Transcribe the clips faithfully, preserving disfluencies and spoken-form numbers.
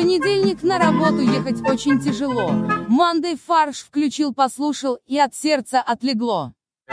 понедельник на работу ехать очень тяжело. Monday фарш включил, послушал, и от сердца отлегло.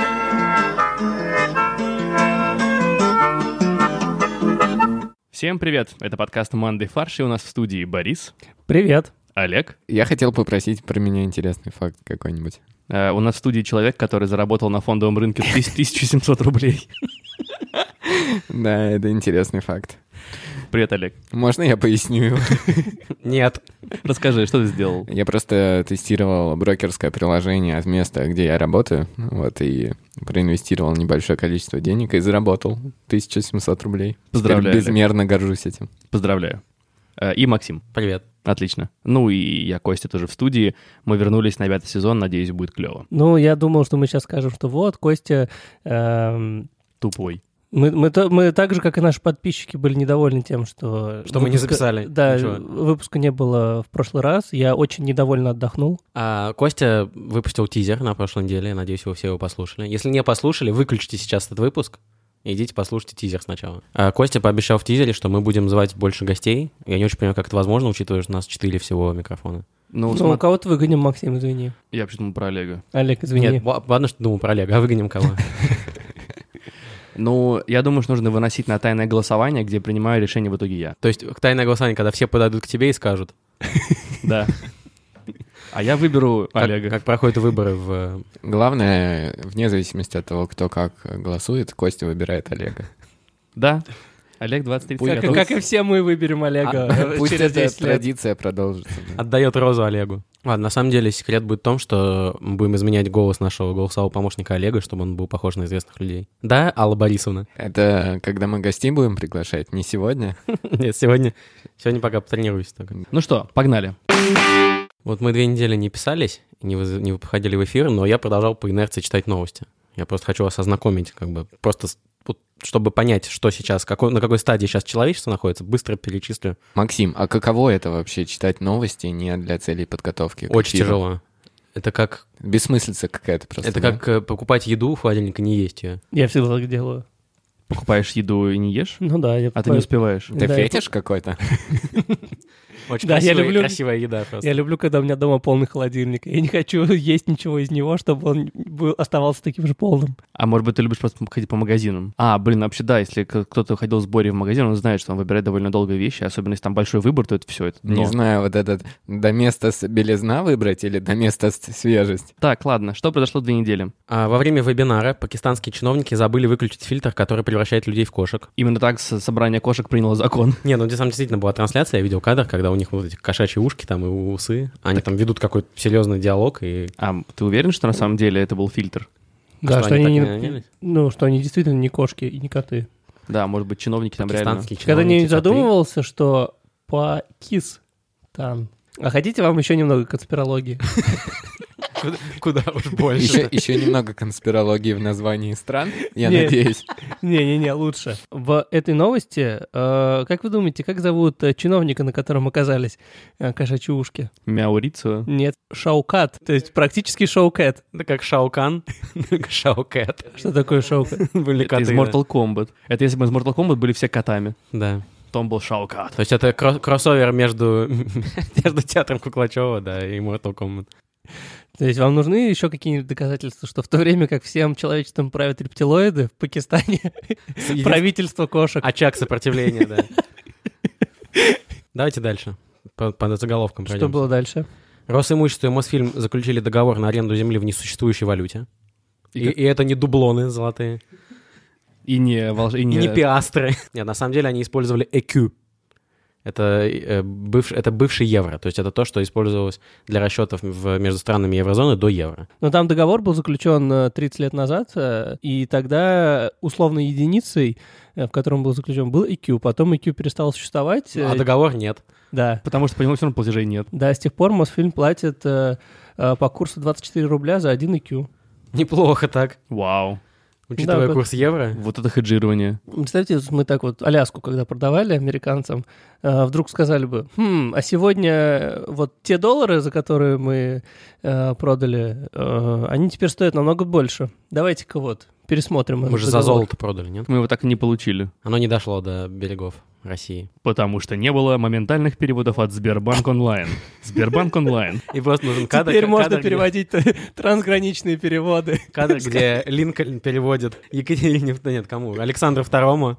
Всем привет, это подкаст Monday фарш, и у нас в студии Борис. Привет. Олег. Я хотел попросить про меня интересный факт какой-нибудь. Uh, у нас в студии человек, который заработал на фондовом рынке тысячу семьсот рублей. Да, это интересный факт. Привет, Олег. Можно я поясню его? Нет. Расскажи, что ты сделал? Я просто тестировал брокерское приложение от места, где я работаю, вот, и проинвестировал небольшое количество денег и заработал тысячу семьсот рублей. Поздравляю, Теперь безмерно Олег. горжусь этим. Поздравляю. Uh, и Максим. Привет. Отлично. Ну и я, Костя, тоже в студии. Мы вернулись на пятый сезон, надеюсь, будет клево. Ну, я думал, что мы сейчас скажем, что вот, Костя... Эм... Тупой. Мы, мы, мы так же, как и наши подписчики, были недовольны тем, что... Что выпуска, мы не записали. Да, ничего. Выпуска не было в прошлый раз. Я очень недовольно отдохнул. А, Костя выпустил тизер на прошлой неделе. Надеюсь, вы все его послушали. Если не послушали, выключите сейчас этот выпуск. Идите послушайте тизер сначала. А Костя пообещал в тизере, что мы будем звать больше гостей. Я не очень понимаю, как это возможно, учитывая, что у нас четыре всего микрофона. Ну, ну см... кого-то выгоним, Максим, извини. Я вообще думал про Олега. Олег, извини. Нет, ладно, что думал про Олега, а выгоним кого? Ну, я думаю, что нужно выносить на тайное голосование, где принимаю решение в итоге я. То есть тайное голосование, когда все подойдут к тебе и скажут. Да. А я выберу Олега. Как проходят выборы в... Главное, вне зависимости от того, кто как голосует, Костя выбирает Олега. Да. Олег двадцать тридцать. Как, как и все мы выберем Олега а, через пусть эта десять лет. Традиция продолжится. Да. Отдает розу Олегу. Ладно, на самом деле секрет будет в том, что мы будем изменять голос нашего голосового помощника Олега, чтобы он был похож на известных людей. Да, Алла Борисовна? Это когда мы гостей будем приглашать, не сегодня? Нет, сегодня, сегодня пока потренируюсь только. Ну что, погнали. Вот мы две недели не писались, не, вы, не выходили в эфир, но я продолжал по инерции читать новости. Я просто хочу вас ознакомить, как бы, просто вот, чтобы понять, что сейчас, какой, на какой стадии сейчас человечество находится, быстро перечислю. Максим, а каково это вообще читать новости не для целей подготовки? Очень тяжело. Это как... Бессмыслица какая-то просто. Это да? как покупать еду в холодильнике и не есть ее. Я всегда так делаю. Покупаешь еду и не ешь? Ну да. Я а ты не успеваешь? Это да, фетиш я... какой-то? Очень да, красивая, я люблю, красивая еда просто. Я люблю, когда у меня дома полный холодильник. Я не хочу есть ничего из него, чтобы он был, оставался таким же полным. А может быть, ты любишь просто ходить по магазинам? А, блин, вообще да, если кто-то ходил с Борей в магазин, он знает, что он выбирает довольно долго вещи, особенно если там большой выбор, то это все. Это не знаю, вот этот до места белизна выбрать или до места свежесть? Так, ладно, что произошло две недели? А, во время вебинара пакистанские чиновники забыли выключить фильтр, который превращает людей в кошек. Именно так собрание кошек приняло закон. Не, ну там действительно была трансляция, я видел кадр, когда у них вот эти кошачьи ушки там и усы, они так... там ведут какой-то серьезный диалог. И... А ты уверен, что на самом деле это был фильтр? Да, а что, что они, они не, не ну, что они действительно не кошки и не коты. Да, может быть, чиновники там реально... Когда не задумывался, что Пакистан. А хотите вам еще немного конспирологии? Куда уж больше. Еще, еще немного конспирологии в названии стран, я не, надеюсь. Не-не-не, лучше. В этой новости, э, как вы думаете, как зовут чиновника, на котором оказались э, кошачьи ушки? Мяурицу? Нет, Шаукат, то есть практически Шаукэт. Да как Шаукан, Шаукэт. Что такое Шаукэт? Были коты, это из Mortal Kombat. Это если бы из Mortal Kombat были все котами. Да. Том был Шаукат. То есть это кросс- кроссовер между, между театром Куклачева, да, и Mortal Kombat. То есть вам нужны еще какие-нибудь доказательства, что в то время как всем человечеством правят рептилоиды, в Пакистане правительство кошек. Очаг сопротивления, да. Давайте дальше. По, по заголовкам пройдемся. Что было дальше? Росимущество и Мосфильм заключили договор на аренду земли в несуществующей валюте. И, и, и это не дублоны золотые. И не, волж... и не... И не пиастры. Нет, на самом деле они использовали ЭКЮ. Это, э, бывш, это бывший евро, то есть это то, что использовалось для расчетов в, между странами еврозоны до евро. Но там договор был заключен тридцать лет назад, и тогда условной единицей, в котором был заключен, был ЭКЮ. Потом ЭКЮ перестал существовать. А договор нет. Да. Потому что по нему все равно платежей нет. Да, с тех пор Мосфильм платит э, по курсу двадцать четыре рубля за один ЭКЮ. Неплохо так. Вау. Учитывая да, курс евро. Вот это хеджирование. Представьте, мы так вот Аляску, когда продавали американцам, э, вдруг сказали бы, хм, а сегодня вот те доллары, за которые мы э, продали, э, они теперь стоят намного больше. Давайте-ка вот пересмотрим. Мы же договор. за золото продали, нет? Мы его так и не получили. Оно не дошло до берегов России. Потому что не было моментальных переводов от Сбербанк онлайн. Сбербанк онлайн. И просто нужен кадр. Теперь можно кадр, где- переводить трансграничные переводы. Кадр, где Линкольн переводит Екатерине... да Нет, кому? Александру Второму.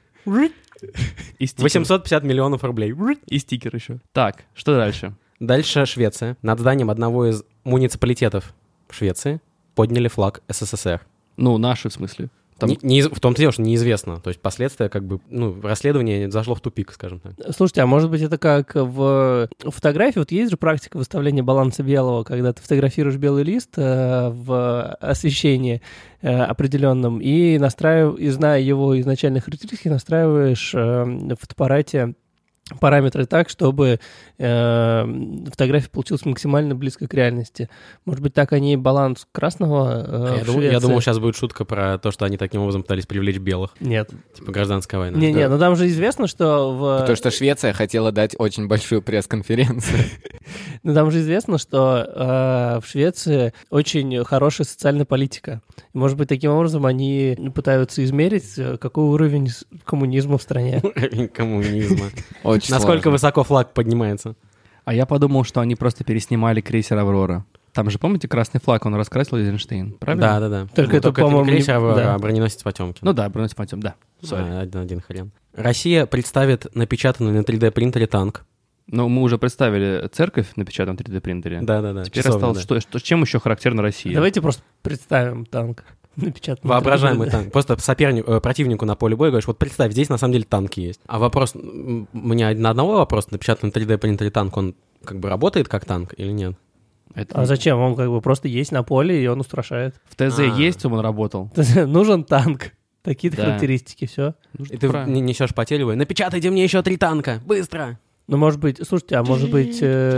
И стикер. восемьсот пятьдесят миллионов рублей. И стикер еще. Так, что дальше? Дальше Швеция. Над зданием одного из муниципалитетов Швеции подняли флаг СССР. Ну, наши, в смысле. Там- Не- не- в том-то дело, что неизвестно. То есть последствия, как бы, ну, расследование зашло в тупик, скажем так. Слушайте, а может быть это как в фотографии? Вот есть же практика выставления баланса белого, когда ты фотографируешь белый лист э, в освещении э, определенном и, настраив... и зная его изначальные характеристики, настраиваешь э, в фотоаппарате параметры так, чтобы э, фотография получилась максимально близко к реальности. Может быть, так они баланс красного э, я, в думал, я Швеции- думал, сейчас будет шутка про то, что они таким образом пытались привлечь белых. Нет. Типа гражданская война. Не-не, ну там же известно, что в... Потому что Швеция хотела дать очень большую пресс-конференцию. Ну, там же известно, что э, в Швеции очень хорошая социальная политика. И, может быть, таким образом они пытаются измерить, э, какой уровень с- коммунизма в стране. Уровень коммунизма. Очень Насколько сложно. высоко флаг поднимается. А я подумал, что они просто переснимали крейсер «Аврора». Там же, помните, красный флаг, он раскрасил Эйзенштейн, правильно? Да, да, да. Только Ну, это, не по-моему, не- крейсер, а да. а броненосец Потемкин. Ну да, Броненосец Потемкин, да. Sorry. А, один, один хрен. Россия представит напечатанный на три дэ принтере танк. Но мы уже представили церковь на печатном три дэ принтере. Да, да, да. Теперь часовня, осталось, да. что, что, чем еще характерна Россия? Давайте просто представим танк. Напечатанный. Воображаемый танк. Просто сопернику, э, противнику на поле боя говоришь, вот представь, здесь на самом деле танки есть. А вопрос, м, у меня на одного вопрос, напечатанный на три дэ принтере танк, он как бы работает как танк или нет? Это А зачем? Он как бы просто есть на поле, и он устрашает. в ТЗ А. есть, он работал. Нужен танк. Такие-то Да. характеристики, все. Нужно И ты правильно. не- несешь по телевой, напечатайте мне еще три танка, быстро! Ну, может быть, слушайте, а может быть...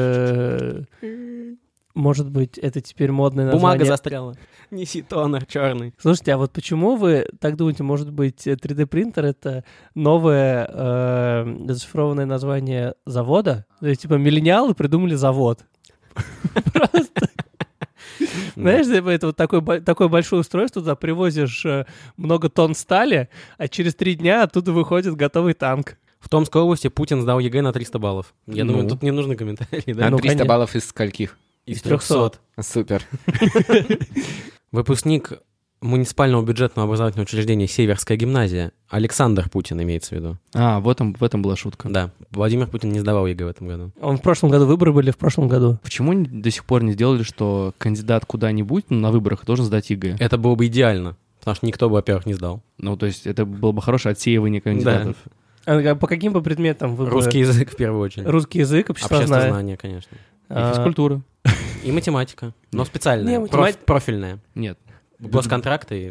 э, Может быть, это теперь модное название... Бумага застряла. Неси тонер черный. Слушайте, а вот почему вы так думаете, может быть, три дэ принтер — это новое э, зашифрованное название завода? То есть, типа, миллениалы придумали завод. Просто. Знаешь, типа, это вот такое, бо- такое большое устройство, туда привозишь э, много тонн стали, а через три дня оттуда выходит готовый танк. В Томской области Путин сдал ЕГЭ на триста баллов. Я Ну. думаю, тут не нужны комментарии, да? А ну, триста конечно. баллов из скольких? Из из трёхсот. Супер. Выпускник муниципального бюджетного образовательного учреждения Северская гимназия. Александр Путин имеется в виду. А, в этом, в этом была шутка. Да. Владимир Путин не сдавал ЕГЭ в этом году. Он в прошлом году, выборы были в прошлом году. Почему они до сих пор не сделали, что кандидат куда-нибудь ну, на выборах должен сдать ЕГЭ? Это было бы идеально, потому что никто бы, во-первых, не сдал. Ну, то есть это было бы хорошее отсеивание кандидатов. А как- по каким бы предметам выборы? Русский язык в первую очередь. Русский язык, обществознание. Обществознание, конечно. И А, физкультура. И математика. Но специальная, Не, математи- проф- профильная. Нет. Госконтракты.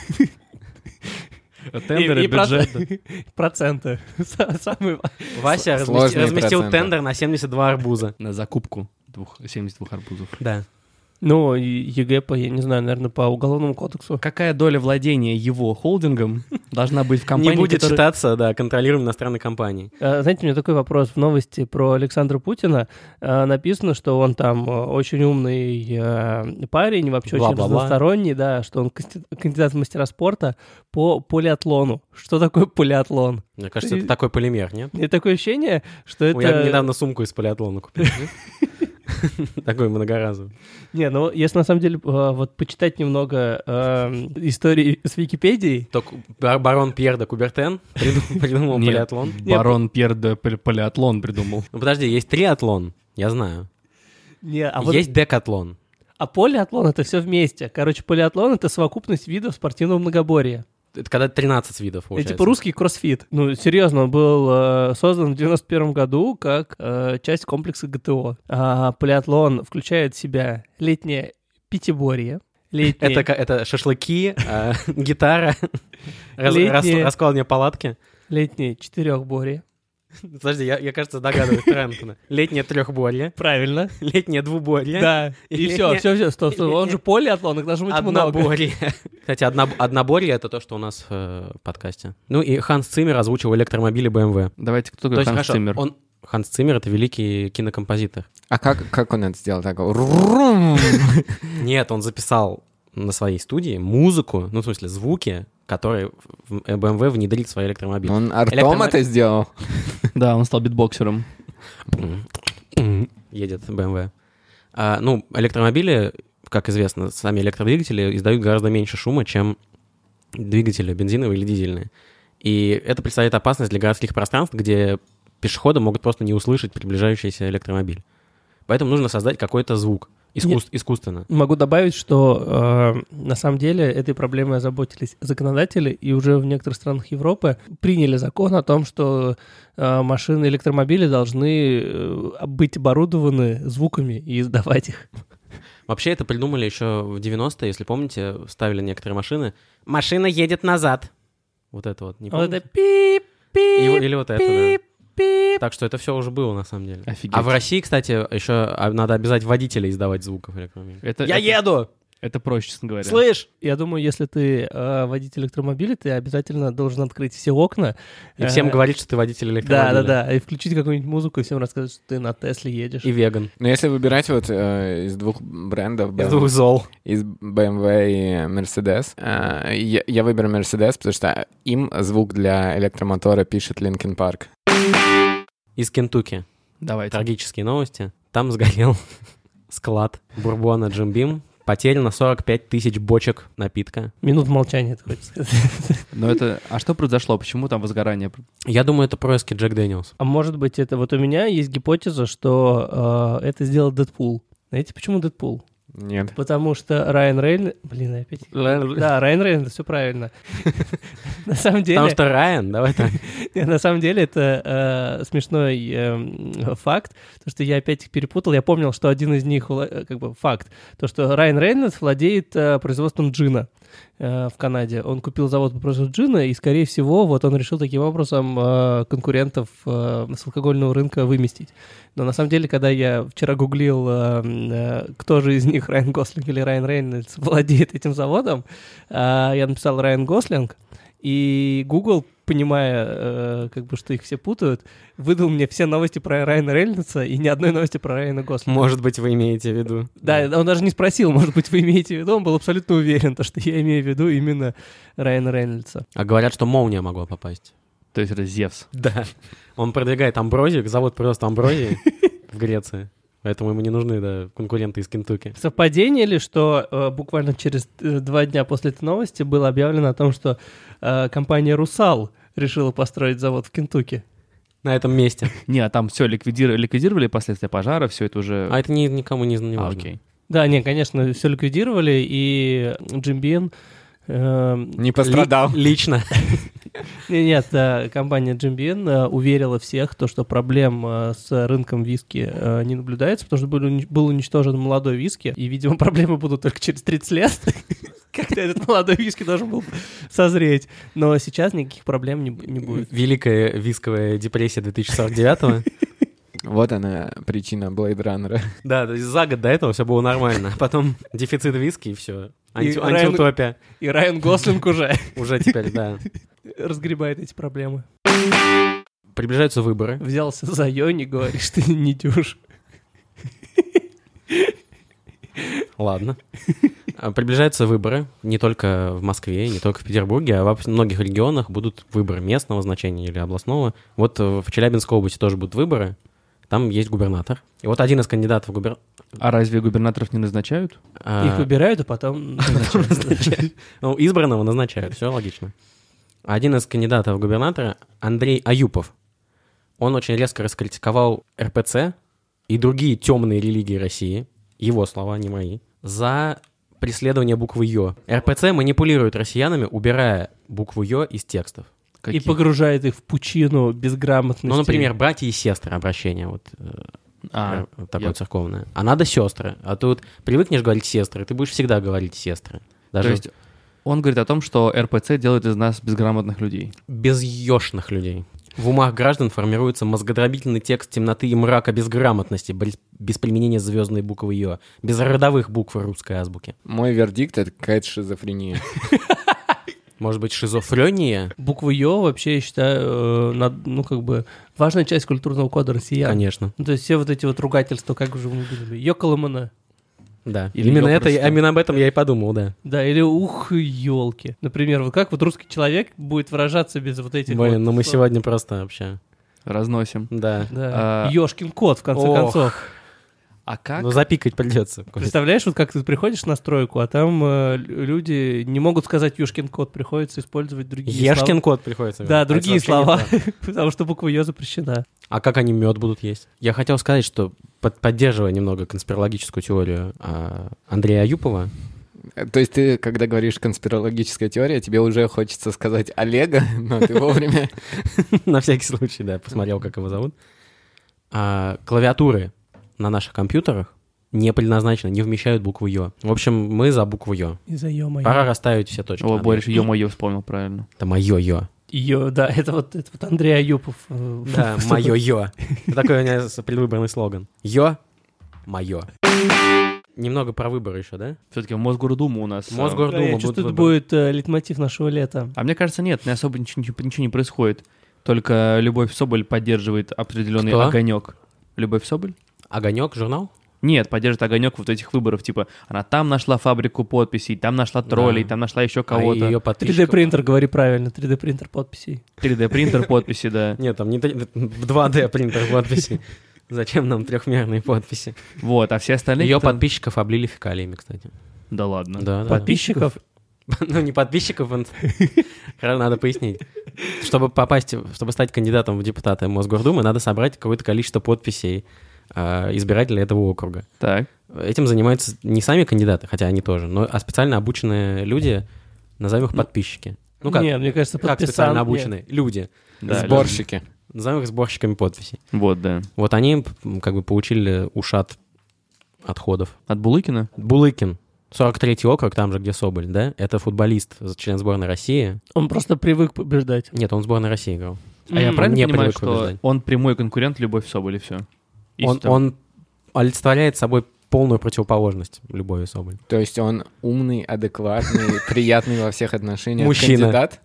Тендеры, и бюджет. проц- проценты. Са- Самый... Вася размести- Сложные разместил проценты. тендер на семьдесят два арбуза. На закупку двух, семьдесят двух арбузов. Да. Ну, и ЕГЭ, по, я не знаю, наверное, по уголовному кодексу. Какая доля владения его холдингом должна быть в компании, Не будет которая- считаться, да, контролируемой иностранной компанией. А, Знаете, у меня такой вопрос. В новости про Александра Путина а, написано, что он там а, очень умный а, парень, вообще очень Бла-бла-бла. разносторонний, да, что он касти- кандидат в мастера спорта по полиатлону. Что такое полиатлон? Мне кажется, Ты- это такой полимер, нет? Мне такое ощущение, что это... Ой, Я недавно сумку из полиатлона купил. Такой многоразовый. Не, ну, если на самом деле а, вот почитать немного а, истории с Википедией, То ку- бар- барон Пьер де Кубертен придум- придумал Нет, полиатлон. барон Пьер де Пол- Полиатлон придумал. Ну подожди, есть триатлон, я знаю. не, а вот Есть декатлон. а полиатлон — это все вместе. Короче, полиатлон — это совокупность видов спортивного многоборья. Это когда тринадцать видов, Это получается. типа русский кроссфит. Ну, серьезно, он был э, создан в девяносто первом году как э, часть комплекса ГТО. А полиатлон включает в себя летнее пятиборье, летнее... Это, ка- это шашлыки, а, гитара, раз- Летние- рас- раскладывание палатки. летнее четырехборье. Подожди, я, я, кажется, догадываюсь, правильно. Летнее трехборье, Правильно. летнее двуборье. Да. И И все, летнее- все, все. Стоп, стоп. Он летнее- же полиатлон, их должно быть много. Одноборье. Кстати, одно, одноборье — это то, что у нас в э, подкасте. Ну и Ханс Циммер озвучил электромобили бэ эм вэ. Давайте, кто То такой есть, Ханс хорошо, Циммер? он... Ханс Циммер — это великий кинокомпозитор. А как, как он это сделал? Так, рум. Нет, он записал на своей студии музыку, ну, в смысле, звуки который в бэ эм вэ внедрит в свой электромобиль. Он артом Электромоб- это сделал? Да, он стал битбоксером. Едет бэ эм вэ. А, ну, электромобили, как известно, сами электродвигатели издают гораздо меньше шума, чем двигатели бензиновые или дизельные. И это представляет опасность для городских пространств, где пешеходы могут просто не услышать приближающийся электромобиль. Поэтому нужно создать какой-то звук искус- искусственно. Могу добавить, что э, на самом деле этой проблемой озаботились законодатели, и уже в некоторых странах Европы приняли закон о том, что э, машины, электромобили должны э, быть оборудованы звуками и издавать их. Вообще это придумали еще в девяностые, если помните, ставили некоторые машины. Машина едет назад. Вот это вот. Не Вот помните? это пип, пип, Или, или вот это, пип, пип. Так что это все уже было, на самом деле. Офигеть. А в России, кстати, еще надо обязать водителей издавать звуков электромобиля. Это, Я это- еду! Это проще, честно говоря. Слышь! Я думаю, если ты э, водитель электромобиля, ты обязательно должен открыть все окна. И всем Э, говорить, что ты водитель Да, электромобиля. да, да. И включить какую-нибудь музыку, и всем рассказать, что ты на Тесле едешь. И веган. Но если выбирать вот э, из двух брендов, Из двух зол. из бэ эм вэ и Mercedes, э, я, я выберу Mercedes, потому что им звук для электромотора пишет Linkin Park. Из Кентукки. Давайте. Трагические новости. Там сгорел склад бурбона Jim Beam. Потеряно сорок пять тысяч бочек напитка. Минут молчания, ты хочешь сказать. Но это... А что произошло? Почему там возгорание? Я думаю, это происки Джек Дэниелс. А может быть, это вот у меня есть гипотеза, что э, это сделал Дэдпул. Знаете, почему Дэдпул? Нет. Потому что Райан Рейнольдс... Блин, опять... Да, Райан Рейнольдс, все правильно. На самом деле... Потому что Райан, давай так. Не, на самом деле это э, смешной э, факт, то что я опять их перепутал. Я помнил, что один из них, вла- как бы факт, то что Райан Рейнольдс владеет э, производством джина э, в Канаде. Он купил завод по производству джина, и, скорее всего, вот он решил таким образом э, конкурентов э, с алкогольного рынка выместить. Но на самом деле, когда я вчера гуглил, э, э, кто же из них, Райан Гослинг или Райан Рейнольдс, владеет этим заводом, э, я написал Райан Гослинг, и Google, понимая, э, как бы, что их все путают, выдал мне все новости про Райана Рейнольдса и ни одной новости про Райана Гослинга. Может быть, вы имеете в виду. Да, он даже не спросил, может быть, вы имеете в виду, он был абсолютно уверен, то, что я имею в виду именно Райана Рейнольдса. А говорят, что молния могла попасть. То есть это Зевс. Да. Он продвигает амброзию, завод просто амброзии в Греции. Поэтому ему не нужны, да, конкуренты из Кентукки. Совпадение ли, что э, буквально через э, два дня после этой новости было объявлено о том, что э, компания «Русал» решила построить завод в Кентукки? На этом месте. Не, а там все ликвидировали, ликвидировали последствия пожара, все это уже... А это ни- никому не, не А, важно. окей. Да, не, конечно, все ликвидировали, и Джим Бин... э, Не пострадал. Ли- лично. Не- Нет, э, компания Jim Beam э, уверила всех, то, что проблем э, с рынком виски э, не наблюдается, потому что был, уни- был уничтожен молодой виски, и, видимо, проблемы будут только через тридцать лет, когда этот молодой виски должен был созреть. Но сейчас никаких проблем не, бу- не будет. Великая висковая депрессия две тысячи сорок девятого. Вот она причина Blade Runner. Да, то есть за год до этого все было нормально. А потом дефицит виски и все. Анти- И Райан- Антиутопия. И Райан Гослинг уже Уже теперь, да. разгребает эти проблемы. Приближаются выборы. Взялся за Йони, говоришь, ты не дюж. Ладно. А, Приближаются выборы. Не только в Москве, не только в Петербурге, а во многих регионах будут выборы местного значения или областного. Вот э, в Челябинской области тоже будут выборы. Там есть губернатор. И вот один из кандидатов в губер... А разве губернаторов не назначают? а, Их выбирают, а потом назначают. Ну, избранного назначают, все логично. Один из кандидатов в губернатора, Андрей Аюпов, он очень резко раскритиковал эр пэ цэ и другие темные религии России, его слова, не мои, за преследование буквы «ё». эр пэ цэ манипулирует россиянами, убирая букву «ё» из текстов. И Каких? погружает их в пучину безграмотности. Ну, например, братья и сестры обращение, вот э, А, э, такое я- церковное. А надо сестры. А тут привыкнешь говорить сестры, ты будешь всегда говорить сестры. Даже То есть он говорит о том, что эр пэ цэ делает из нас безграмотных людей. без ёшных людей. В умах граждан формируется мозгодробительный текст темноты и мрака безграмотности, без, без применения звездной буквы «ё», без родовых букв русской азбуки. Мой вердикт — это какая-то шизофрения. Может быть, шизофрения? Буква «ё» вообще, я считаю, э, над- ну, как бы, важная часть культурного кода россиян. Конечно. Ну, то есть все вот эти вот ругательства, как же мы говорили, «ё Коломана». Да, Или именно «ё» это, просто. именно об этом я и подумал, да. Да, или ух, елки. Например, вот как вот русский человек будет выражаться без вот этих Блин, вот ну мы слов? сегодня просто вообще... Разносим. Да. Да. А, Ёшкин кот, в конце Ох. концов. А как? Ну запикать придется. Представляешь, вот как ты приходишь на стройку, а там э, люди не могут сказать «Ёшкин кот», приходится использовать другие Ешкин слова. кот приходится. Да, Это другие вообще не слова, то. потому что буква «ё» запрещена. А как они мед будут есть? Я хотел сказать, что под- поддерживая немного конспирологическую теорию а, Андрея Аюпова, То есть ты, когда говоришь конспирологическая теория, тебе уже хочется сказать Олега, но ты вовремя... на всякий случай, да, посмотрел, как его зовут, а, клавиатуры на наших компьютерах не предназначены, не вмещают букву «ё». В общем, мы за букву «ё». Из-за ё-моё. Пора расставить все точки. О, над Борис, «ё». ё-моё, вспомнил правильно. Это моё «ё». Ё, да, это вот, это вот Андрей Аюпов. э, Да, в- моё «ё». Такой у меня предвыборный слоган. «Ё», «моё». Немного про выборы еще, да? Все-таки в Мосгордуму у нас... э, Мосгор- Да, Гордума я будут чувствую, это выборы. будет э, лейтмотив нашего лета. А мне кажется, нет, не особо ничего, ничего- ничего не происходит. Только Любовь Соболь поддерживает определенный Кто? огонек. Любовь Соболь? Огонек, журнал? Нет, поддерживает огонек вот этих выборов. Типа, она там нашла фабрику подписей, там нашла троллей, Да. там нашла еще А кого-то. ее три подписчиков... дэ принтер, говори правильно, три дэ принтер подписей. три дэ принтер подписи, да. Нет, там не три- два дэ принтер подписи. Зачем нам трехмерные подписи? Вот, а все остальные... Ее кто- подписчиков облили фекалиями, кстати. Да ладно. Да, да. Подписчиков? Ну, не подписчиков, он- надо пояснить. Чтобы попасть, чтобы стать кандидатом в депутаты Мосгордумы, надо собрать какое-то количество подписей а, избирателей этого округа. Так. Этим занимаются не сами кандидаты, хотя они тоже, но а специально обученные люди, назовем их подписчики. Ну как? Нет, мне кажется, Как подписан- специально нет. обученные? Люди. Да, Сборщики. Назовем их сборщиками подписей. Вот, да. Вот они м, как бы получили ушат отходов. От Булыкина? Булыкин, сорок третий округ, там же, где Соболь, да? Это футболист, член сборной России. Он просто привык побеждать. Нет, он в сборной России играл. А я М, правильно не понимаю, привык что побеждать. он прямой конкурент Любовь Соболь, и все? Он, он олицетворяет собой полную противоположность Любови Соболь. То есть он умный, адекватный, приятный во всех отношениях Мужчина. кандидат.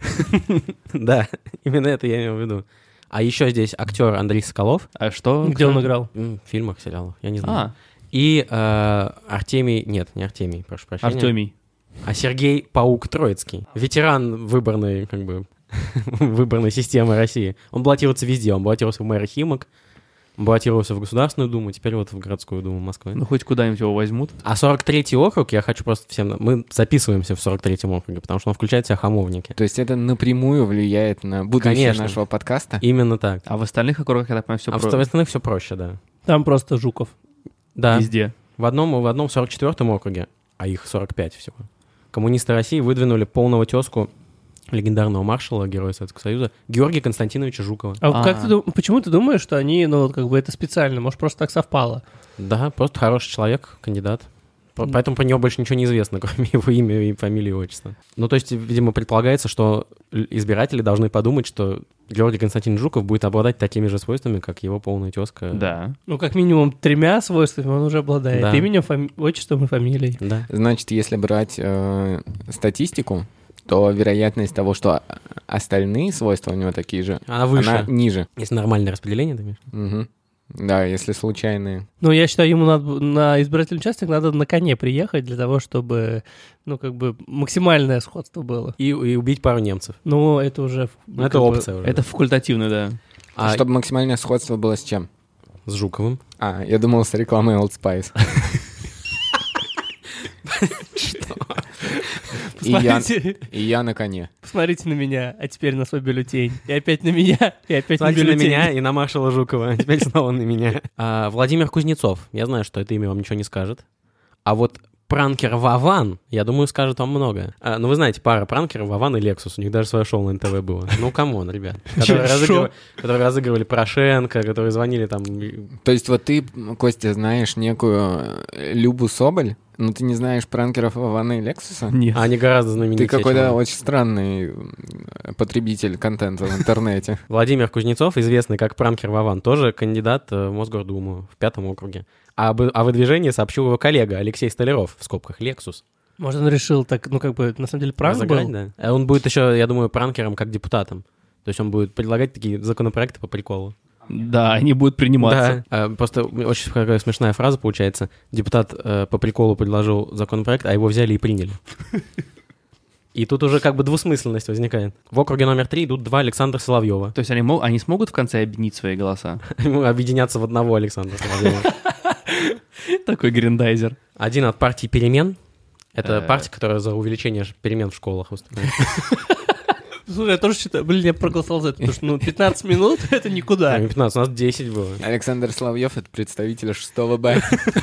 Да, именно это я имел в виду. А еще здесь актер Андрей Соколов. А что? Где он играл? М, В фильмах, сериалах, я не знаю. А, И э, Артемий, нет, не Артемий, прошу прощения. Артемий. А Сергей Паук Троицкий. Ветеран выборной, как бы, выборной системы России. Он баллотируется везде. Он баллотировался в мэра Химок, баллотировался в Государственную Думу, теперь вот в городскую думу Москвы. Ну, хоть куда-нибудь его возьмут. А сорок третий округ, я хочу просто всем... Мы записываемся в сорок третьем округе, потому что он включает в себя хамовники. То есть это напрямую влияет на будущее Конечно. нашего подкаста. Именно так. А в остальных округах, я так понимаю, все А в остальных все проще, да. Там просто Жуков. Да. везде. В одном, в одном сорок четвёртом округе, а их сорок пять всего, коммунисты России выдвинули полного тезку легендарного маршала, героя Советского Союза, Георгия Константиновича Жукова. А, А. как ты дум- почему ты думаешь, что они, ну, вот как бы это специально? Может, просто так совпало? Да, просто хороший человек, кандидат. По- Поэтому про него больше ничего не известно, кроме его имя, и фамилии, и отчества. Ну, то есть, видимо, предполагается, что л- избиратели должны подумать, что Георгий Константинович Жуков будет обладать такими же свойствами, как его полная тезка. Да. Ну, как минимум тремя свойствами он уже обладает. Да. Именем, фами- отчеством и фамилией. Да. Значит, если брать э, статистику, то вероятность того, что остальные свойства у него такие же, Она выше. она ниже. Есть нормальное распределение, ты имеешь? Мгм. Да, если случайные. Ну, я считаю, ему надо на избирательный участок надо на коне приехать для того, чтобы, ну, как бы максимальное сходство было. И, и убить пару немцев. Ну, это уже... Ну, это как бы- опция уже. Это факультативно, да. А Чтобы максимальное сходство было с чем? с Жуковым. А, я думал, с рекламой Old Spice. И я, Посмотрите, и я на коне. посмотрите на меня, а теперь на свой бюллетень. И опять на меня, и опять на Смотрите на бюллетень. меня и на маршала Жукова. Теперь снова на меня. А, Владимир Кузнецов. Я знаю, что это имя вам ничего не скажет. А вот пранкер Вован, я думаю, скажет вам много. А, ну, вы знаете, пара пранкеров, Вован и Лексус. У них даже свое шоу на эн тэ вэ было. Ну, камон, ребят. Которые Шо? разыгрывали, которые разыгрывали Порошенко, которые звонили там... То есть вот ты, Костя, знаешь некую э, Любу Соболь, но ты не знаешь пранкеров Вована и Лексуса? Нет. А они гораздо Ты знаменитее, какой-то чем он. очень странный м, потребитель контента в интернете. Владимир Кузнецов, известный как пранкер Вован, тоже кандидат э, в Мосгордуму в пятом округе. А об- о выдвижении сообщил его коллега Алексей Столяров, в скобках «Лексус». Может, он решил так, ну, как бы, на самом деле, пранк Разыграть, был? да. А он будет еще, я думаю, пранкером как депутатом. То есть он будет предлагать такие законопроекты по приколу. Да, они будут приниматься. Да, а, просто очень такая смешная фраза получается. Депутат э, по приколу предложил законопроект, а его взяли и приняли. И тут уже как бы двусмысленность возникает. В округе номер три идут два Александра Соловьева. То есть они, мог, они смогут в конце объединить свои голоса? Объединяться в одного Александра Соловьева. Такой гриндайзер. Один от партии «Перемен». Это Э. партия, которая за увеличение перемен в школах выступает. Слушай, я тоже считаю, блин, я проголосовал за это, потому что ну, пятнадцать минут — это никуда. пятнадцать, у нас десять было. Александр Соловьев — это представитель шестого Б.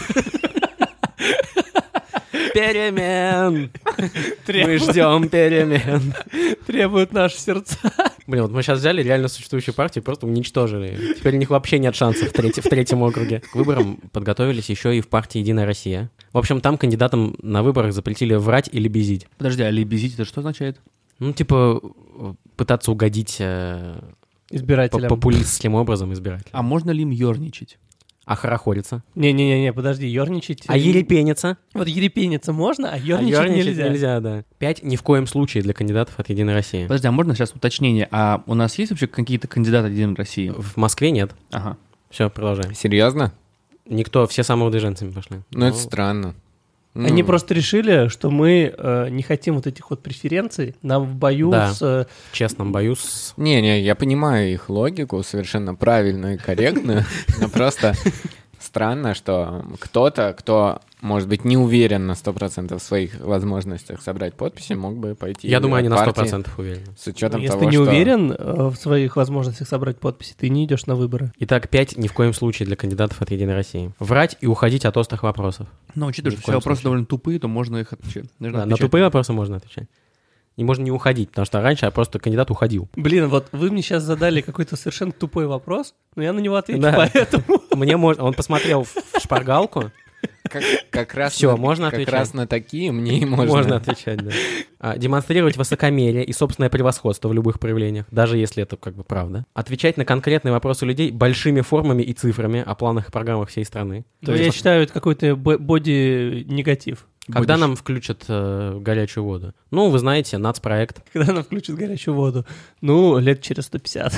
Перемен! Мы ждем перемен. Требуют наши сердца. Блин, вот мы сейчас взяли реально существующую партию и просто уничтожили. Теперь у них вообще нет шансов в, треть- в третьем округе. К выборам подготовились еще и в партии «Единая Россия». В общем, там кандидатам на выборах запретили врать или безить. Подожди, а лебезить это что означает? Ну, типа, пытаться угодить э, Избирателям. популистским образом избирателям. А можно ли им ерничать? А хорохориться. Не-не-не, подожди, ерничать... А ерепениться. Вот ерепениться можно, а А ерничать ерничать нельзя. нельзя, да. Пять ни в коем случае для кандидатов от «Единой России». Подожди, а можно сейчас уточнение? А у нас есть вообще какие-то кандидаты от «Единой России»? В Москве нет. Ага. Все, продолжаем. Серьезно? Никто, все самовыдвиженцами пошли. Ну, это странно. Они Ну, просто решили, что мы э, не хотим вот этих вот преференций. Нам в бою Да. с... э, В честном бою с... Не-не, я понимаю их логику, совершенно правильную и корректную, но просто странно, что кто-то, кто, может быть, не уверен на сто процентов в своих возможностях собрать подписи, мог бы пойти Я думаю, от они на сто партии процентов уверены. с учетом Если того, ты не что... уверен э, в своих возможностях собрать подписи, ты не идешь на выборы. Итак, пять ни в коем случае для кандидатов от «Единой России». Врать и уходить от острых вопросов. Но учитывая, Ни в что все коем вопросы случае. довольно тупые, то можно их отвечать. Нужно Да, на отвечать. тупые вопросы можно отвечать. И можно не уходить, потому что раньше просто кандидат уходил. Блин, вот вы мне сейчас задали какой-то совершенно тупой вопрос, но я на него отвечу, Да. поэтому... Мне можно... Он посмотрел в шпаргалку. Как, как раз Всё, на, можно как отвечать. раз на такие мне и можно. Можно отвечать, да. А, демонстрировать высокомерие и собственное превосходство в любых проявлениях, даже если это как бы правда. Отвечать на конкретные вопросы людей большими формами и цифрами о планах и программах всей страны. То я считаю, это какой-то бо- боди-негатив. Когда Будешь- нам включат э, горячую воду? Ну, вы знаете, нацпроект. Когда нам включат горячую воду. Ну, лет через сто пятьдесят.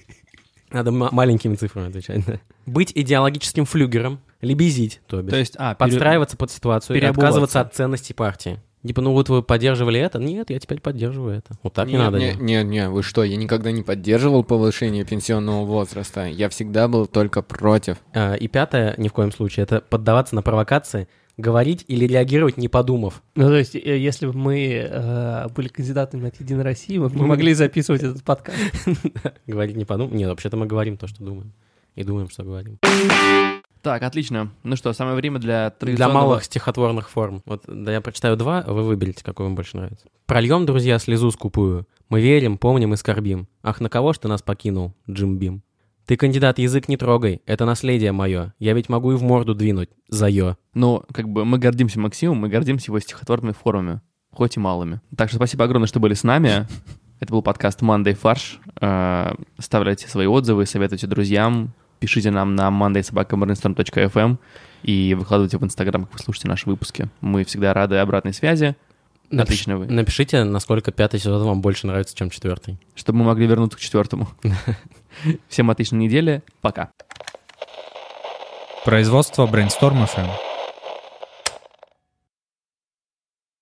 Надо м- маленькими цифрами отвечать, да. Быть идеологическим флюгером, лебезить, то бишь. То есть, а, пере- Подстраиваться под ситуацию и переобуваться. отказываться от ценностей партии. Типа, ну вот вы поддерживали это? Нет, я теперь поддерживаю это. Вот так не Нет, надо не, делать. не, не, вы что, я никогда не поддерживал повышение пенсионного возраста. Я всегда был только против. А, И пятое, ни в коем случае, это поддаваться на провокации, говорить или реагировать, не подумав. Ну, то есть, э, если бы мы э, были кандидатами от «Единой России», мы бы не Мы- могли записывать этот подкаст. Говорить не подумав. Нет, вообще-то мы говорим то, что думаем. И думаем, что говорим. Так, отлично. Ну что, самое время для Для традиционного... малых стихотворных форм. Вот, да, я прочитаю два, а вы выберите, какой вам больше нравится. Прольем, друзья, слезу скупую. Мы верим, помним и скорбим. Ах, на кого ж ты нас покинул, Джим Бим? Ты, кандидат, язык не трогай, это наследие мое. Я ведь могу и в морду двинуть, за ё. Но как бы мы гордимся Максимом, мы гордимся его стихотворными формами, хоть и малыми. Так что спасибо огромное, что были с нами. Это был подкаст Monday Фарш. Э, Оставляйте свои отзывы, советуйте друзьям, пишите нам на monday собака brainstorm точка эф эм и выкладывайте в Инстаграм, как вы слушаете наши выпуски. Мы всегда рады обратной связи. Напиш- Отлично вы. Напишите, насколько пятый сезон вам больше нравится, чем четвертый. Чтобы мы могли вернуться к четвертому. Всем отличной недели. Пока. Производство Brainstorm эф эм.